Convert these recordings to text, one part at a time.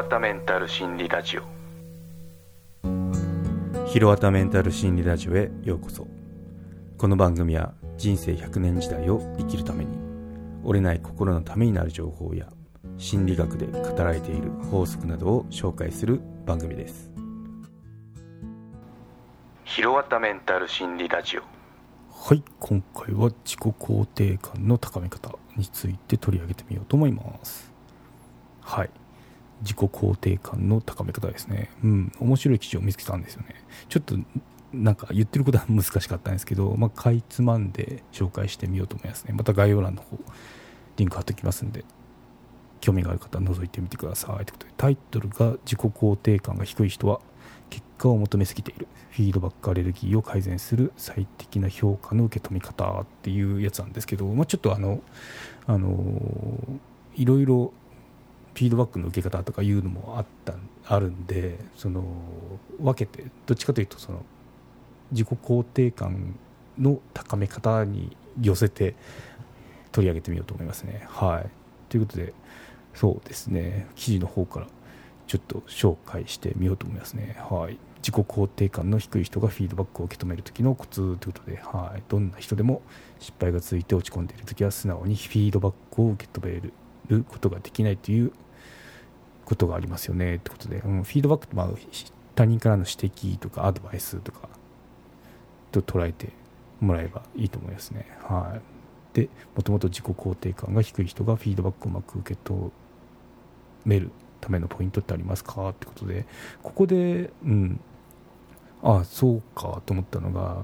わたメンタル心理ラジオ。 ひろわたメンタル心理ラジオへようこそ。この番組は人生100年時代を生きるために折れない心のためになる情報や心理学で語られている法則などを紹介する番組です。 ひろわたメンタル心理ラジオ。 はい、今回は自己肯定感の高め方について取り上げてみようと思います。はい、自己肯定感の高め方ですね。面白い記事を見つけたんですよね。ちょっとなんか言ってることは難しかったんですけど、かいつまんで紹介してみようと思いますね。また概要欄の方リンク貼っておきますんで、興味がある方は覗いてみてくださいということで、タイトルが自己肯定感が低い人は結果を求めすぎている、フィードバックアレルギーを改善する最適な評価の受け止め方っていうやつなんですけど、ちょっといろいろフィードバックの受け方とかいうのもあるんで、分けてどっちかというと自己肯定感の高め方に寄せて取り上げてみようと思いますね。はい、ということで、そうですね、記事の方からちょっと紹介してみようと思いますね。はい、自己肯定感の低い人がフィードバックを受け止める時のコツということで、はい、どんな人でも失敗が続いて落ち込んでいる時は素直にフィードバックを受け止めることができないということがありますよねということで、フィードバックって他人からの指摘とかアドバイスとかと捉えてもらえばいいと思いますね。はい、で、もともと自己肯定感が低い人がフィードバックをうまく受け止めるためのポイントってありますかってことで、ここでそうかと思ったのが、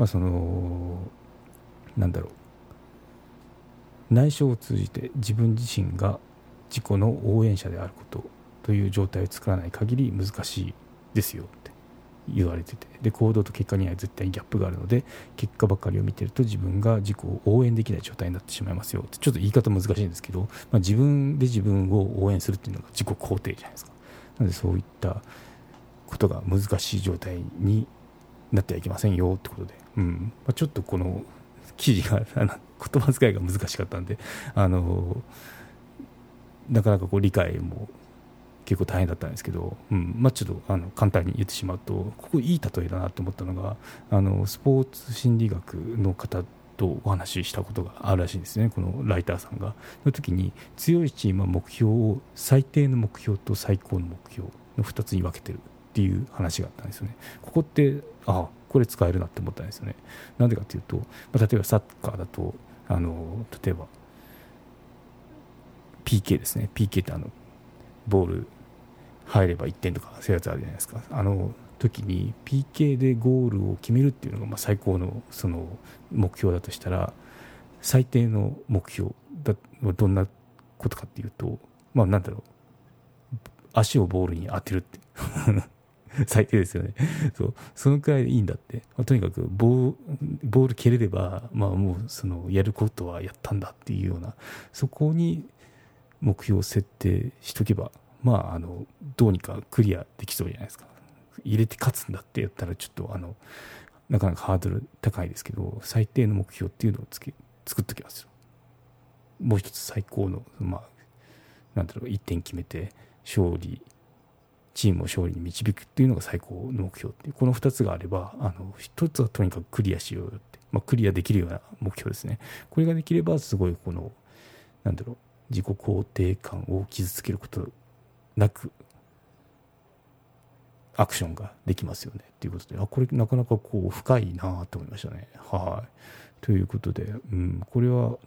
内省を通じて自分自身が自己の応援者であることという状態を作らない限り難しいですよって言われてて、で、行動と結果には絶対にギャップがあるので、結果ばかりを見てると自分が自己を応援できない状態になってしまいますよって。ちょっと言い方難しいんですけど、自分で自分を応援するっていうのが自己肯定じゃないですか。なのでそういったことが難しい状態になってはいけませんよってことで、ちょっとこの記事が言葉遣いが難しかったんで、なかなか理解も結構大変だったんですけど、ちょっと簡単に言ってしまうと、ここいい例えだなと思ったのが、スポーツ心理学の方とお話ししたことがあるらしいんですね、このライターさんが。その時に、強いチームは目標を最低の目標と最高の目標の2つに分けてるっていう話があったんですよね。ここってこれ使えるなって思ったんですよね。なんでかというと、例えばサッカーだと例えば PK ですね。 PK ってボール入れば1点とかそういうやつあるじゃないですか。時に PK でゴールを決めるっていうのが最高の目標だとしたら、最低の目標はどんなことかっていうと、足をボールに当てるって最低ですよね。そのくらいでいいんだって。とにかくボール蹴れれば、もうやることはやったんだっていうような、そこに目標を設定しとけば、どうにかクリアできそうじゃないですか。入れて勝つんだってやったらちょっとなかなかハードル高いですけど、最低の目標っていうのを作っときますよ。もう一つ最高の1点決めてチームを勝利に導くっていうのが最高の目標っていう、この2つがあれば、1つはとにかくクリアしようよって、クリアできるような目標ですね。これができればすごい自己肯定感を傷つけることなくアクションができますよねっていうことで、これなかなか深いなと思いましたね。はい、ということで、これは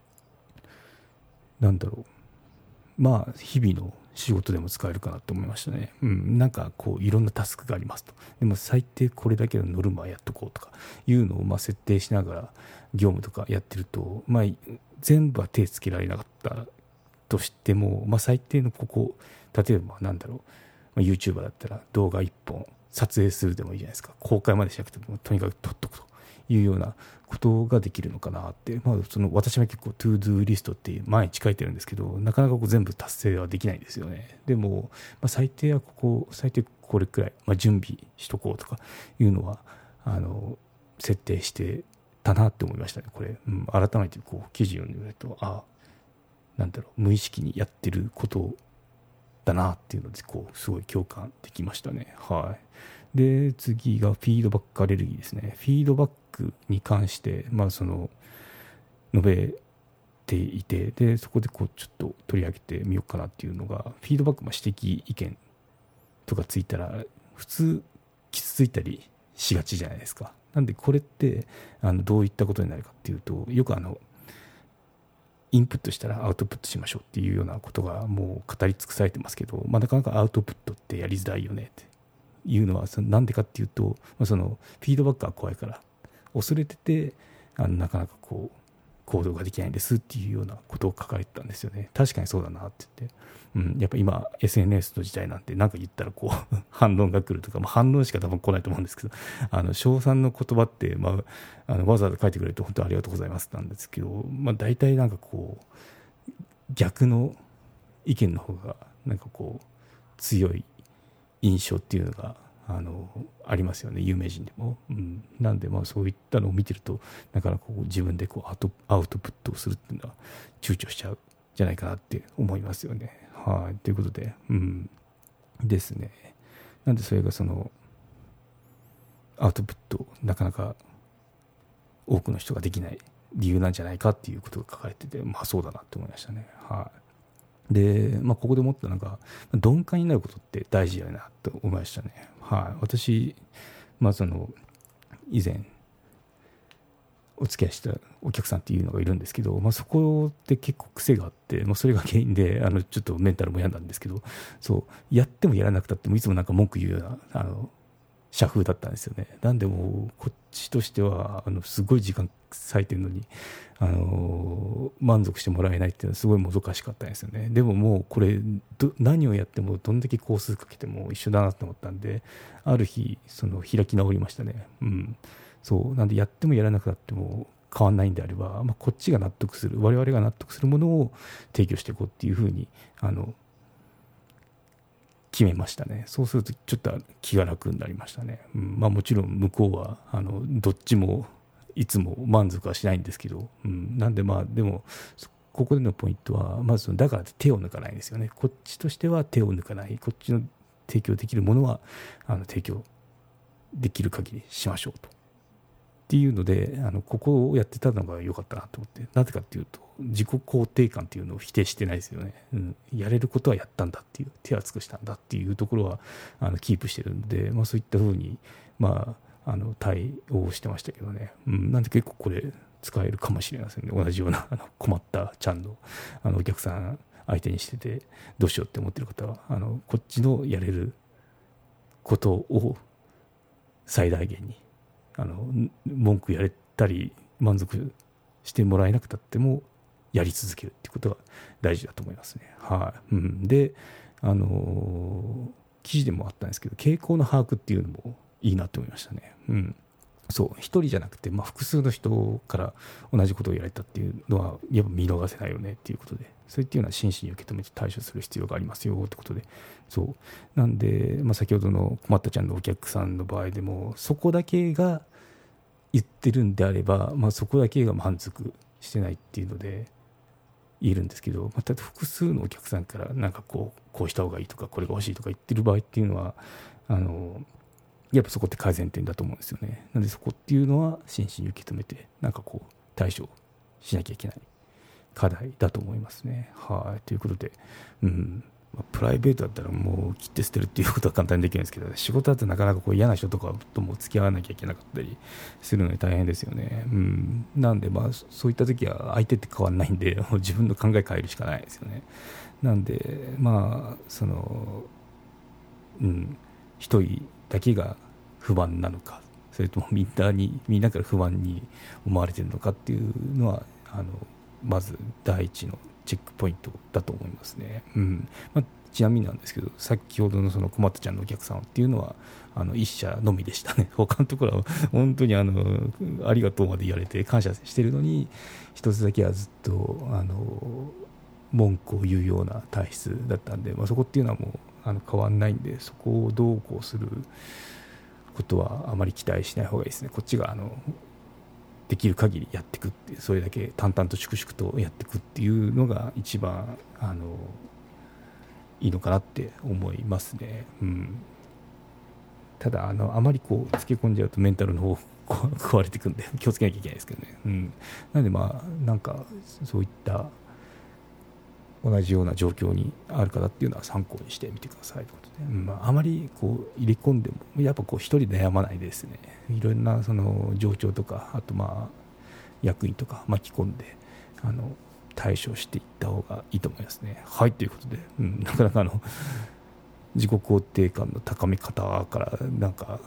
日々の仕事でも使えるかなと思いましたね。いろんなタスクがありますと。でも最低これだけのノルマやっとこうとかいうのを設定しながら業務とかやってると、全部は手つけられなかったとしても、最低の例えばYouTuber だったら動画1本撮影するでもいいじゃないですか。公開までしなくてもとにかく撮っとくというようなことができるのかなって。私は結構トゥードゥーリストって毎日書いてるんですけど、なかなか全部達成はできないんですよね。でも、最低これくらい、準備しとこうとかいうのは設定してたなって思いましたね。これ、改めて記事を読んでみると、無意識にやってることったなっていうので、こうすごい共感できましたね。はい。で次がフィードバックアレルギーですね。フィードバックに関して、その述べていて、でそこでこうちょっと取り上げてみようかなっていうのが、フィードバック、指摘意見とかついたら普通傷ついたりしがちじゃないですか。なんでこれってどういったことになるかっていうと、よくインプットしたらアウトプットしましょうっていうようなことがもう語り尽くされてますけど、なかなかアウトプットってやりづらいよねっていうのは、なんでかっていうと、そのフィードバックが怖いから、恐れててなかなかこう行動ができないんですっていうようなことを書かれてたんですよね。確かにそうだなって言って、やっぱ今 SNS の時代なんて、何か言ったらこう反論が来るとか、反論しか多分来ないと思うんですけど、称賛の言葉って、わざわざ書いてくれると本当にありがとうございますなんですけど、大体なんかこう逆の意見の方がなんかこう強い印象っていうのがありますよね、有名人でも。なんでそういったのを見てると、なかなかこう自分でこうアウトプットをするっていうのは躊躇しちゃうじゃないかなって思いますよね。はい。ということで、ですね。なんでそれがそのアウトプットなかなか多くの人ができない理由なんじゃないかっていうことが書かれてて、そうだなって思いましたね。はい。で、ここで思ったのが、鈍感になることって大事だなと思いましたね。はい。私、その以前お付き合いしたお客さんっていうのがいるんですけど、そこで結構癖があって、それが原因でちょっとメンタルも病んだんですけど、そうやってもやらなくたってもいつもなんか文句言うような社風だったんですよね。なんでもこっちとしてはすごい時間割いてるのに満足してもらえないっていうのはすごいもどかしかったんですよね。でももうこれ何をやってもどんだけ工数かけても一緒だなと思ったんで、ある日開き直りましたね。そうなんで、やってもやらなくなっても変わんないんであれば、こっちが納得する、我々が納得するものを提供していこうっていうふうに決めましたね。そうするとちょっと気が楽になりましたね。もちろん向こうはどっちもいつも満足はしないんですけど、なんででもここでのポイントは、まずだから手を抜かないんですよね。こっちとしては手を抜かない、こっちの提供できるものは提供できる限りしましょうと。っていうのでここをやってたのが良かったなと思って。なぜかっていうと、自己肯定感っていうのを否定してないですよね。やれることはやったんだっていう、手は尽くしたんだっていうところはキープしてるんで、そういったふうに対応してましたけどね。なんで結構これ使えるかもしれませんね。同じような困ったちゃんのお客さん相手にしててどうしようって思ってる方はこっちのやれることを最大限に文句やれたり満足してもらえなくたってもやり続けるっていうことが大事だと思いますね。はい。で記事でもあったんですけど、傾向の把握っていうのもいいなと思いましたね。そう一人じゃなくて、複数の人から同じことをやれたっていうのはやっぱ見逃せないよねっていうことで、そういったような真摯に受け止めて対処する必要がありますよってことで、そうなんで、先ほどの困ったちゃんのお客さんの場合でも、そこだけが言ってるんであれば、そこだけが満足してないっていうので言えるんですけど、ただ複数のお客さんからなんかこうした方がいいとか、これが欲しいとか言ってる場合っていうのはやっぱそこって改善点だと思うんですよね。なのでそこっていうのは真摯に受け止めて、なんかこう対処しなきゃいけない課題だと思いますね。はい。ということで、プライベートだったらもう切って捨てるっていうことは簡単にできるんですけど、仕事だとなかなかこう嫌な人とかとも付き合わなきゃいけなかったりするので大変ですよね。なんでそういった時は相手って変わらないんで、もう自分の考え変えるしかないですよね。なんで一人だけが不満なのか、それともみんなから不満に思われているのかっていうのはまず第一のチェックポイントだと思いますね。ちなみになんですけど、先ほどのその困ったちゃんのお客さんっていうのは一社のみでしたね。他のところは本当にありがとうまで言われて感謝してるのに、一つだけはずっと文句を言うような体質だったんで、そこっていうのはもう変わんないんで、そこをどうこうすることはあまり期待しない方がいいですね。こっちができる限りやっていくって、それだけ淡々と粛々とやっていくっていうのが一番いいのかなって思いますね。ただあまりこうつけ込んじゃうとメンタルの方壊れていくんで気をつけなきゃいけないですけどね。なのでなんかそういった同じような状況にある方っていうのは参考にしてみてくださいということで、あまりこう入れ込んでもやっぱこう一人で悩まないでですね、いろんなその状況とか、あと役員とか巻き込んで対処していった方がいいと思いますね。はい、ということで、なかなか自己肯定感の高め方からなんか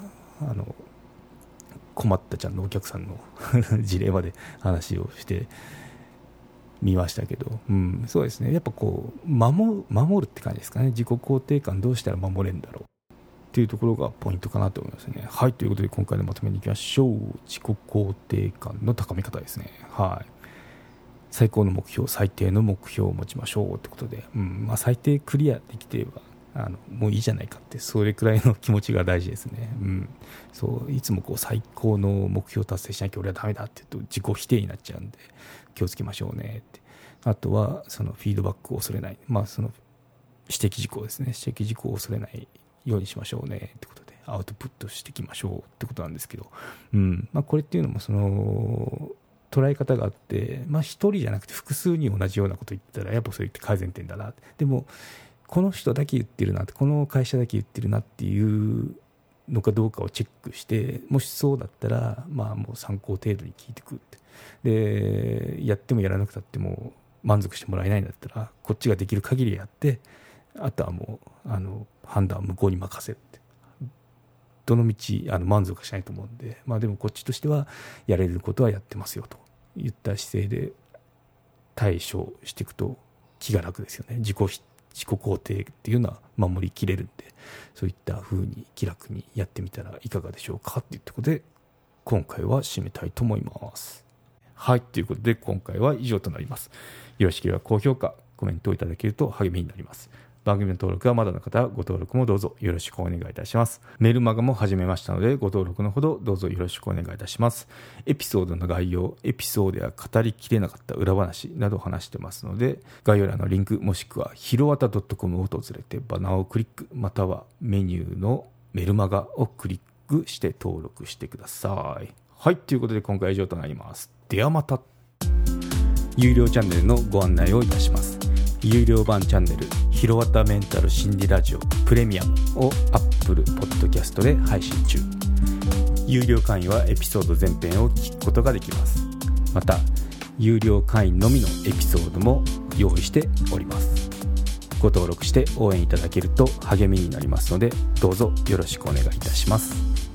困ったちゃんのお客さんの事例まで話をしてみましたけど、そうですね、やっぱこう守るって感じですかね。自己肯定感どうしたら守れるんだろうっていうところがポイントかなと思いますね。はい、ということで今回のまとめにいきましょう。自己肯定感の高め方ですね。はい、最高の目標、最低の目標を持ちましょうということで、最低クリアできていればもういいじゃないかって、それくらいの気持ちが大事ですね。そういつもこう最高の目標達成しなきゃ俺はダメだって言うと自己否定になっちゃうんで気をつけましょうねって。あとはそのフィードバックを恐れない、その指摘事項ですね、指摘事項を恐れないようにしましょうねってことでアウトプットしていきましょうってことなんですけど、これっていうのもその捉え方があって、一人じゃなくて複数に同じようなこと言ったらやっぱそれって改善点だな。でもこの人だけ言ってるなって、この会社だけ言ってるなっていうのかどうかをチェックして、もしそうだったらもう参考程度に聞いてくって、でやってもやらなくたっても満足してもらえないんだったらこっちができる限りやって、あとはもう判断は向こうに任せるって、どの道満足はしないと思うんで、でもこっちとしてはやれることはやってますよといった姿勢で対処していくと気が楽ですよね。自己肯定っていうのは守りきれるんで、そういった風に気楽にやってみたらいかがでしょうかというところで今回は締めたいと思います。はい、ということで今回は以上となります。よろしければ高評価コメントをいただけると励みになります。番組の登録はまだの方はご登録もどうぞよろしくお願いいたします。メールマガも始めましたのでご登録のほどどうぞよろしくお願いいたします。エピソードの概要、エピソードや語りきれなかった裏話などを話してますので、概要欄のリンクもしくはひろわた .com を訪れてバナーをクリック、またはメニューのメルマガをクリックして登録してください。はい、ということで今回は以上となります。ではまた。有料チャンネルのご案内をいたします。有料版チャンネルひろわたメンタル心理ラジオプレミアムを Apple Podcast で配信中。有料会員はエピソード全編を聞くことができます。また有料会員のみのエピソードも用意しております。ご登録して応援いただけると励みになりますのでどうぞよろしくお願いいたします。